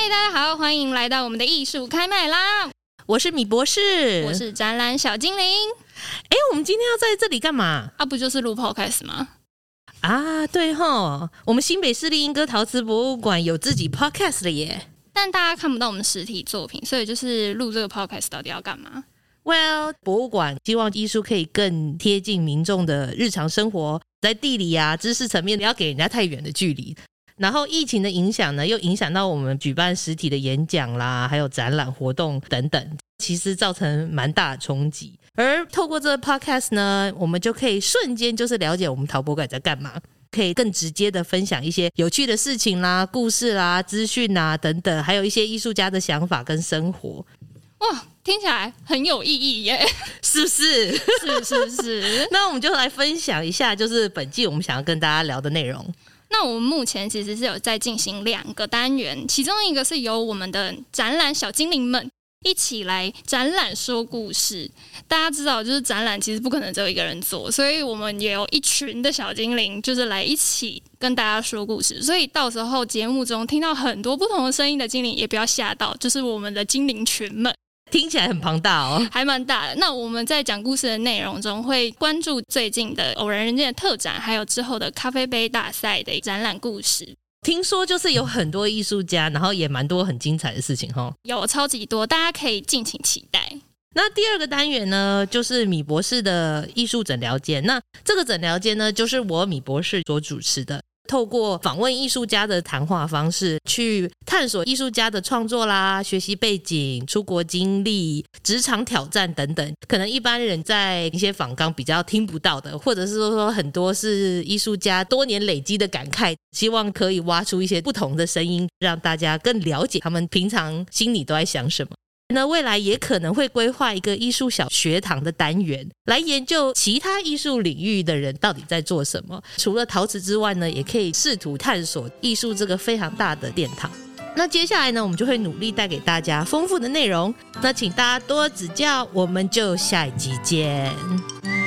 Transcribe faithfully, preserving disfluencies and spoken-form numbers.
大家好，欢迎来到我们的艺术开麦啦！ 我是米博士， 我是展览小精灵。 哎，我们今天要在这里干嘛啊？不就是录 podcast 吗？ 啊，对齁，我们新北市立莺歌陶瓷博物馆有自己 podcast 了耶。 但大家看不到我们实体作品，所以就是录这个 podcast 到底要干嘛？ Well， 博物馆希望艺术可以更贴近民众的日常生活，在地理啊、知识层面不要给人家太远的距离。然后疫情的影响呢，又影响到我们举办实体的演讲啦，还有展览活动等等，其实造成蛮大的冲击。而透过这个 podcast 呢，我们就可以瞬间就是了解我们陶博馆在干嘛，可以更直接的分享一些有趣的事情啦、故事啦、资讯啦等等，还有一些艺术家的想法跟生活。 哇，听起来很有意义耶， 是不是？ 是是是。 那我们就来分享一下，就是本季我们想要跟大家聊的内容。 那我们目前其实是有在进行两个单元，其中一个是由我们的展览小精灵们一起来展览说故事。大家知道，就是展览其实不可能只有一个人做，所以我们也有一群的小精灵，就是来一起跟大家说故事。所以到时候节目中听到很多不同的声音的精灵，也不要吓到，就是我们的精灵群们。 听起来很庞大哦， 还蛮大的。那我们在讲故事的内容中，会关注最近的偶然人间的特展，还有之后的咖啡杯大赛的展览故事。 听说就是有很多艺术家，然后也蛮多很精彩的事情齁， 有超级多，大家可以敬请期待。 那第二个单元呢，就是米博士的艺术诊疗间。那这个诊疗间呢，就是我米博士所主持的，透过访问艺术家的谈话方式，去探索艺术家的创作啦、学习背景、出国经历、职场挑战等等，可能一般人在一些访纲比较听不到的，或者是说很多是艺术家多年累积的感慨，希望可以挖出一些不同的声音，让大家更了解他们平常心里都在想什么。那未来也可能会规划一个艺术小学堂的单元，来研究其他艺术领域的人到底在做什么。除了陶瓷之外呢，也可以试图探索艺术这个非常大的殿堂。那接下来呢，我们就会努力带给大家丰富的内容。那请大家多指教，我们就下一集见。